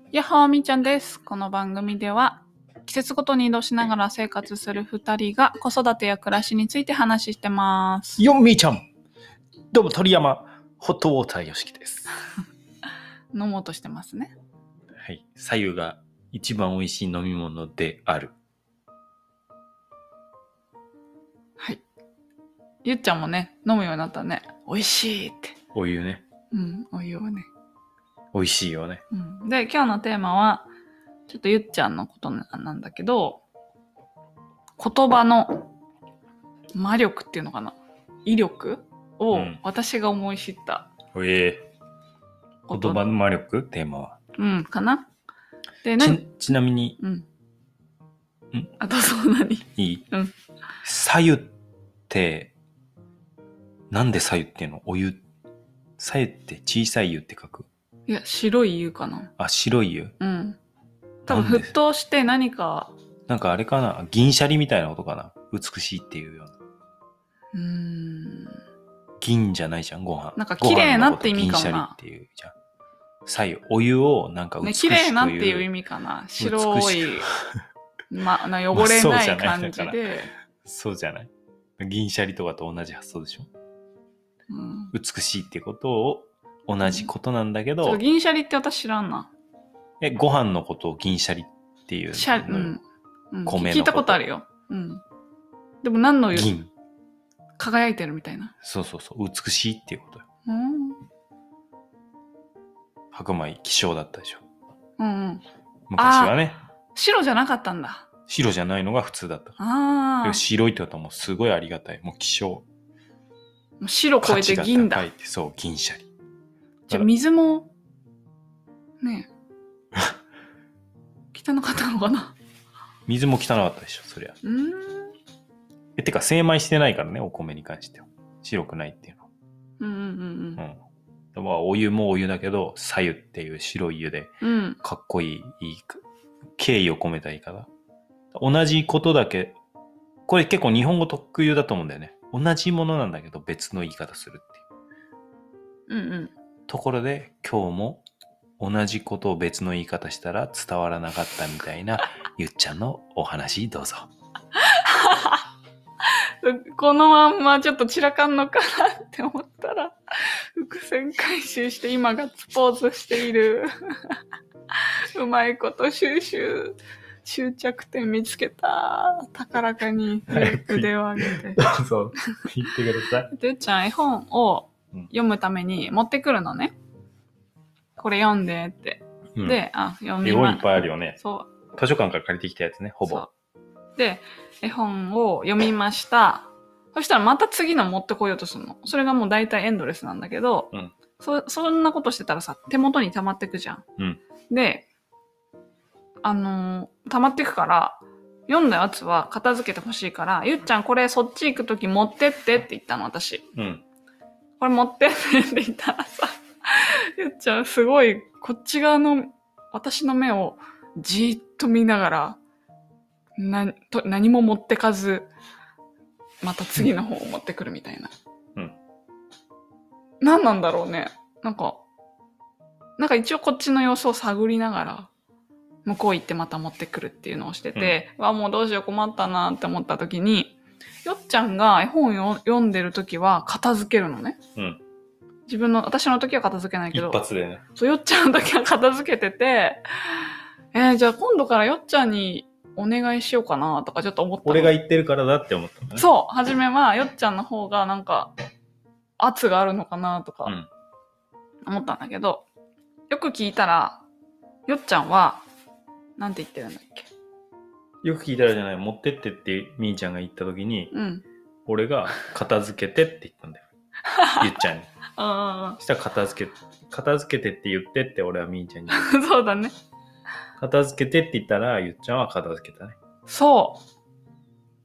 やっほーみーちゃんです。この番組では季節ごとに移動しながら生活する2人が子育てや暮らしについて話してます。 よっみーちゃん、どうも鳥山ホットウォーターよしきです。 飲もうとしてますね。 はい、左右が一番美味しい飲み物である。 はい。ゆっちゃんもね、飲むようになったね。美味しいって。 お湯ね。 お湯をね。 美味しいよね。 で、今日のテーマはちょっとゆっちゃんのことなんだけど、言葉の魔力っていうのかな、威力を私が思い知った、 言葉の魔力テーマはかな。で、 ちなみにあとそう何いい？左右ってなんで左右っていうの？お湯。左右って小さい湯って書く？ いや、白い湯かな。 あ、白い湯。 多分沸騰して何か。 なんかあれかな、銀シャリみたいなことかな。美しいっていうような。銀じゃないじゃん、ご飯。 なんか綺麗なって意味かもな。 銀シャリっていうじゃん。左右、お湯をなんか美しく、 綺麗なっていう意味かな。白い、汚れない感じで。 そうじゃない。銀シャリとかと同じ発想でしょ。美しいってことを同じことなんだけど。 銀シャリって私知らんな。 ご飯のことを銀シャリっていう。米のこと。 聞いたことあるよ。でも何の銀。 輝いてるみたいな。 そう。美しいっていうことよ。白米希少だったでしょ。昔はね。 白じゃなかったんだ。 白じゃないのが普通だった。白いってことはもうすごいありがたい。もう希少。 白超えて銀だ。 価値が高いって、そう、銀シャリ。 じゃあ水もね汚かったのかな。 水も汚かったでしょ、そりゃ。てか精米してないからね、お米に関しては白くないっていうの。お湯もお湯だけど、左右っていう白い湯で、かっこいい、敬意を込めた言い方。同じことだけ、これ結構日本語特有だと思うんだよね。同じものなんだけど別の言い方するっていう。ところで今日も同じことを別の言い方したら伝わらなかったみたいなゆっちゃんのお話どうぞ。 このまんまちょっと散らかんのかなって思ったら伏線回収して今ガッツポーズしているうまいこと終着点見つけた。高らかに腕を上げて。 どうぞ言ってください。 ゆっちゃん絵本を読むために持ってくるのね。これ読んでって。で、読みます。 絵本いっぱいあるよね。 そう。 図書館から借りてきたやつね、ほぼ。 で、絵本を読みました。そしたらまた次の持ってこようとするの。それがもう大体エンドレスなんだけど、そんなことしてたらさ、手元に溜まってくじゃん。で、溜まってくから、読んだやつは片付けてほしいから、ゆっちゃんこれそっち行くとき持ってってって言ったの、私。これ持ってってって言ったらさ、ゆっちゃんすごいこっち側の私の目をじーっと見ながら、何も持ってかず、また次の方を持ってくるみたいな。何なんだろうね。なんか一応こっちの様子を探りながら、向こう行ってまた持ってくるっていうのをしてて、もうどうしよう困ったなって思った時に、よっちゃんが絵本を読んでる時は片付けるのね。私の時は片付けないけど。 一発でね。 そう、よっちゃんの時は片付けてて、じゃあ今度からよっちゃんにお願いしようかなとかちょっと思ったの。 俺が言ってるからだって思ったのね。 そう、初めはよっちゃんの方がなんか圧があるのかなとか思ったんだけど、よく聞いたらよっちゃんはなんて言ってるんだっけ。 よく聞いたらじゃない、持ってってってみーちゃんが言った時に、俺が片付けてって言ったんだよ。ゆっちゃんに。そしたら片付けてって言ってって俺はみーちゃんに言った。 そうだね。 片付けてって言ったらゆっちゃんは片付けたね。 そう。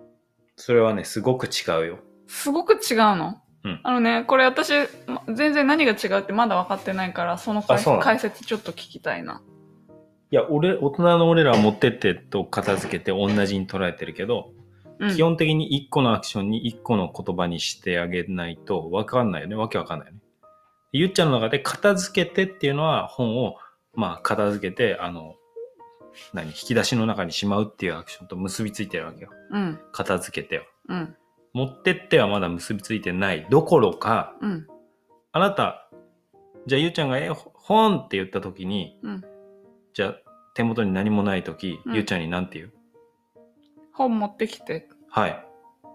それはね、すごく違うよ。 すごく違うの？これ私、全然何が違うってまだ分かってないから、その解説ちょっと聞きたいな。 いや、大人の俺らは持ってってと片付けて同じに捉えてるけど、基本的に1個のアクションに1個の言葉にしてあげないと分かんないよね。わけわかんないよね。ゆっちゃんの中で片付けてっていうのは本をまあ、片付けて、引き出しの中にしまうっていうアクションと結びついてるわけよ。 うん。 片付けては。 うん。 持ってってはまだ結びついてないどころか、 うん。 あなた、じゃあゆうちゃんが本って言った時に、 うん。 じゃあ手元に何もない時、 うん、 ゆうちゃんに何て言う？ 本持ってきて。 はい。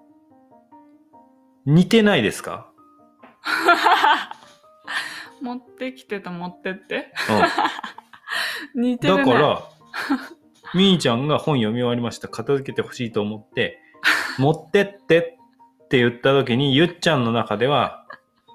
似てないですか？ 持ってきてと持ってって。 うん。 似てるね。 だから、みーちゃんが本読み終わりました。片付けてほしいと思って、持ってってって言った時に、ゆっちゃんの中では、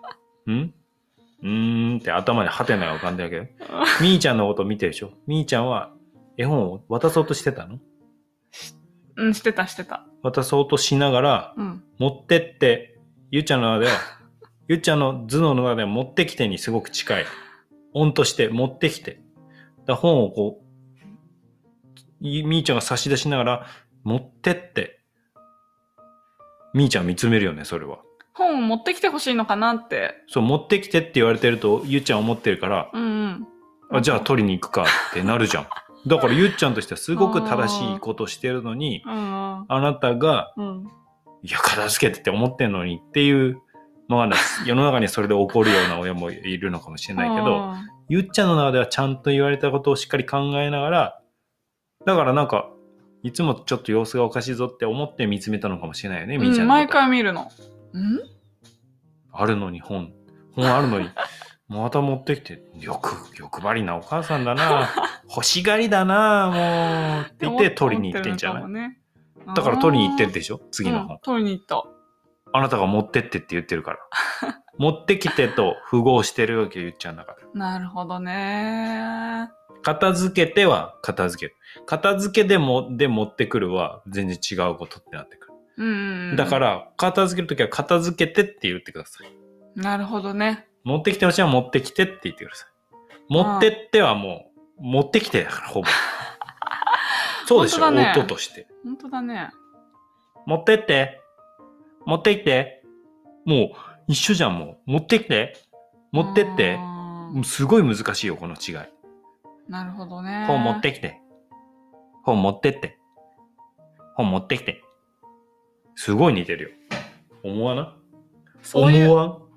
って頭にハテナが浮かんでるけど、みーちゃんのことを見てるでしょ。みーちゃんは絵本を渡そうとしてたの？ うん、してた。 渡そうとしながら、 うん、 持ってって、ゆっちゃんの中では、ゆっちゃんの頭脳の中では持ってきてにすごく近い。音として持ってきて。だ本をこう、みーちゃんが差し出しながら、持ってって、みーちゃん見つめるよね、それは。 本を持ってきてほしいのかなって。 そう、持ってきてって言われてると、ゆっちゃん思ってるから、 うんうん。 じゃあ取りに行くかってなるじゃん。だからゆっちゃんとしてはすごく正しいことしてるのに、あなたが、いや、片付けてって思ってんのにっていう、まあ、世の中にそれで起こるような親もいるのかもしれないけど、ゆっちゃんの中ではちゃんと言われたことをしっかり考えながら、だからなんか、いつもちょっと様子がおかしいぞって思って見つめたのかもしれないよね、みーちゃんのこと。 毎回見るの。 あるのに本あるのに、また持ってきて、欲張りなお母さんだな。欲しがりだな、もう。って言って取りに行ってんじゃない、ね、だから取りに行ってるでしょ、次の本、 取りに行った。 あなたが持ってってって言ってるから。持ってきてと符合してるわけ言っちゃうんだから。 なるほどね。 片付けては片付ける。片付けで持ってくるは全然違うことってなってくる。だから、片付けるときは片付けてって言ってください。 なるほどね。 持ってきてほしいは持ってきてって言ってください。持ってってはもう、持ってきてだから、ほぼ。そうでしょ、ね、音として。 本当だね。 持ってって。持ってきて。もう、一緒じゃん、もう。持ってきて。持ってって。すごい難しいよ、この違い。 なるほどね。 本持ってきて。本持ってって。本持ってきて。すごい似てるよ。思わな？思わん？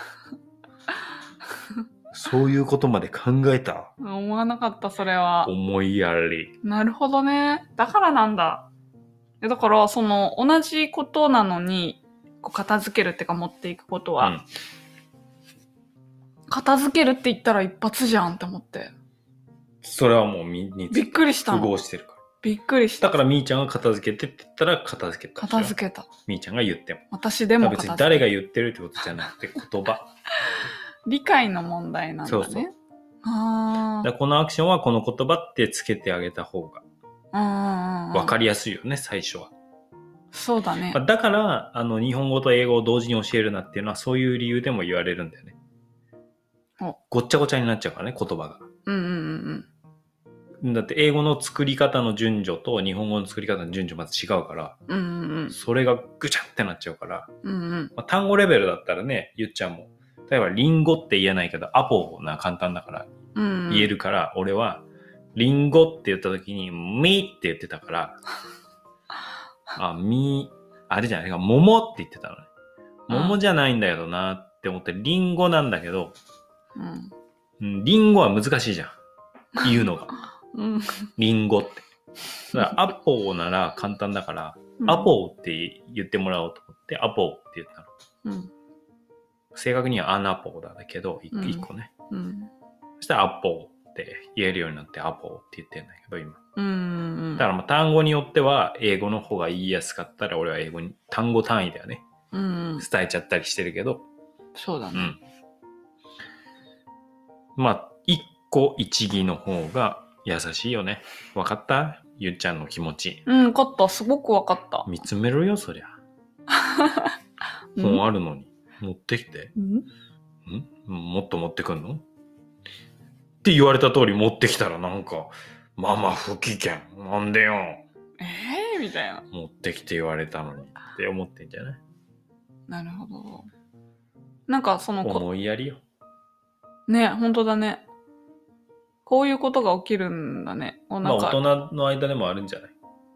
そういうことまで考えた？ 思わなかった、それは。 思いやり。 なるほどね。だからなんだ。だから、同じことなのに、片付けるってか持っていくことは、片付けるって言ったら一発じゃんって思って。 それはもうびっくりしたの。 符合してるから。 びっくりした。 だからみーちゃんが片付けてって言ったら片付けた。 片付けた。 みーちゃんが言っても。 私でも片付けた。別に誰が言ってるってことじゃなくて言葉。 理解の問題なんだね。そう。 だこのアクションはこの言葉ってつけてあげた方が分かりやすいよね、最初は。 そうだね。 だから日本語と英語を同時に教えるなっていうのはそういう理由でも言われるんだよね。ごっちゃごちゃになっちゃうからね、言葉が。だって英語の作り方の順序と日本語の作り方の順序まず違うから、それがぐちゃってなっちゃうから、単語レベルだったらね、ゆっちゃんも例えばリンゴって言えないけどアポな簡単だから言えるから、俺はリンゴって言った時にミって言ってたからあれじゃないか、桃って言ってたのね。桃じゃないんだけどなって思って、リンゴなんだけど、リンゴは難しいじゃん。言うのが。リンゴって。だからアポーなら簡単だから、アポーって言ってもらおうと思って、アポーって言ったの。正確にはアナポーだけど、一個ね。そしたらアポーって言えるようになってアポーって言ってんだけど、今。だから単語によっては英語の方が言いやすかったら俺は英語に単語単位だよね、伝えちゃったりしてるけど、 そうだね、 まあ一個一義の方が優しいよね。分かった？ゆっちゃんの気持ち。 分かった。すごく分かった。 見つめろよ、そりゃ。本あるのに持ってきて。もっと持ってくんの？って言われた通り持ってきたらなんかママ不機嫌なんでよ。 みたいな。 持ってきて言われたのにって思ってんじゃない？ なるほど。なんか思いやりよ。 ね、本当だね。 こういうことが起きるんだね。 まあ大人の間でもあるんじゃない？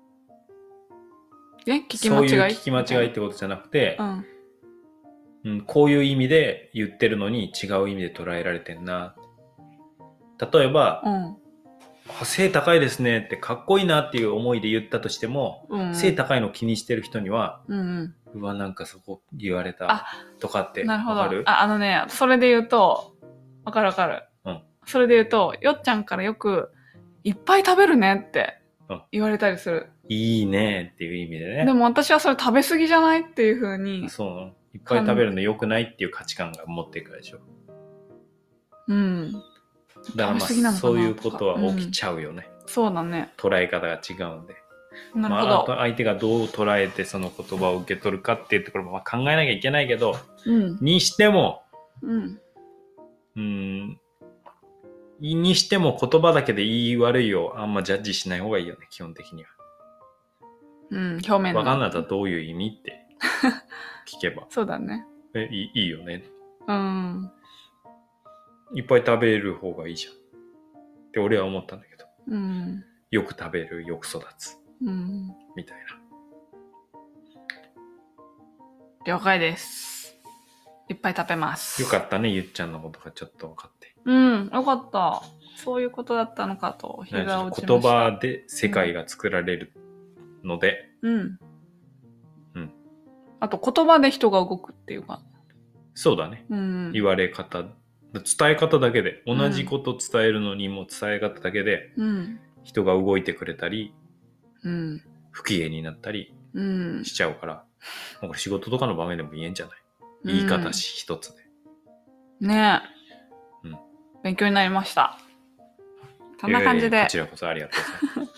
聞き間違い？ そういう聞き間違いってことじゃなくて、こういう意味で言ってるのに違う意味で捉えられてんな。例えば、背高いですねってかっこいいなっていう思いで言ったとしても、背高いの気にしてる人には、うわ、なんかそこ言われたとかってわかる？ それで言うと、わかる。それで言うと、よっちゃんからよく、いっぱい食べるねって言われたりする。 いいねっていう意味でね。 でも私はそれ食べ過ぎじゃないっていう風に。 そう。いっぱい食べるの良くないっていう価値観が持っていくでしょ。だからまあそういうことは起きちゃうよね。 そうだね。 捉え方が違うんで。 なるほど。 相手がどう捉えてその言葉を受け取るかっていうところも考えなきゃいけないけど、にしても、にしても言葉だけで言い悪いをあんまジャッジしない方がいいよね、基本的には。 表面の。 わかんないとどういう意味って聞けば。 そうだね。 いいよね。いっぱい食べる方がいいじゃん。って俺は思ったんだけど。よく食べる、よく育つ。みたいな。 了解です。いっぱい食べます。 よかったね、ゆっちゃんのことがちょっと分かって。 よかった。そういうことだったのかと、膝を打ちました。 言葉で世界が作られるので。 あと、言葉で人が動くっていうか。 そうだね。言われ方、伝え方だけで、同じこと伝えるのにも伝え方だけで、人が動いてくれたり、不機嫌になったりしちゃうから、これ仕事とかの場面でも言えんじゃない？言い方一つで。 ねえ。勉強になりました。そんな感じで。 こちらこそありがとうございます。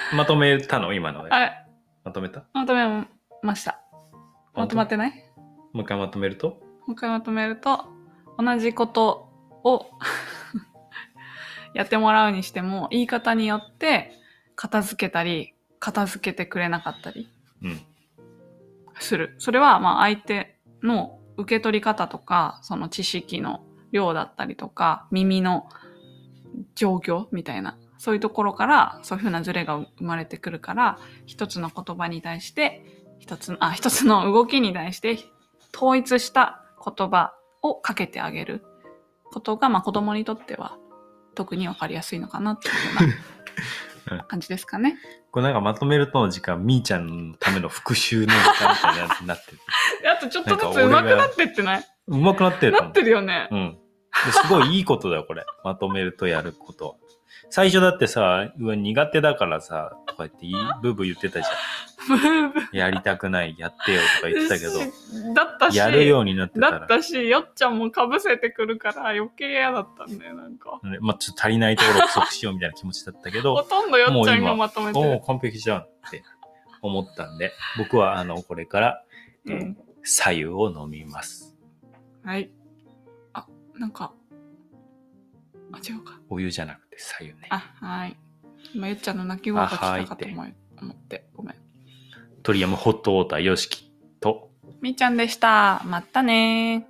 まとめたの？今ので。まとめた？ まとめました。まとまってない？ もう一回まとめると、 同じことをやってもらうにしても、言い方によって片付けたり、片付けてくれなかったりする。それはまあ相手の受け取り方とか、その知識の量だったりとか、耳の状況みたいな、そういうところからそういうふうなズレが生まれてくるから、一つの言葉に対して、一つの動きに対して統一した言葉をかけてあげることが、まあ子供にとっては特にわかりやすいのかなっていうような感じですかね。 これなんかまとめるとの時間、みーちゃんのための復習の時間みたいなやつになってる。 あとちょっとずつ上手くなってってない？ 上手くなってると思う。 なってるよね。 すごいいいことだよ、これ。まとめるとやることは。最初だってさ、苦手だからさ、とか言ってブーブー言ってたじゃん。やりたくない、やってよとか言ってたけど。 だったし、 やるようになってたら。 だったし、よっちゃんも被せてくるから余計嫌だったんだよ、なんか。 まあ、ちょっと足りないところを不足しようみたいな気持ちだったけど。 ほとんどよっちゃんがまとめてる。 もう完璧じゃんって思ったんで、僕はこれから、白湯を飲みます。 はい。なんか、違うか。 お湯じゃなくて白湯ね。 はい。今、ゆっちゃんの泣き声が来たかと思って、ごめん。 鳥山ホットウォーターよしきと、 みーちゃんでした。またね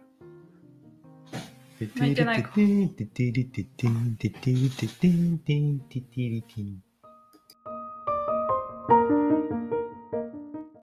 ー。泣いてないか。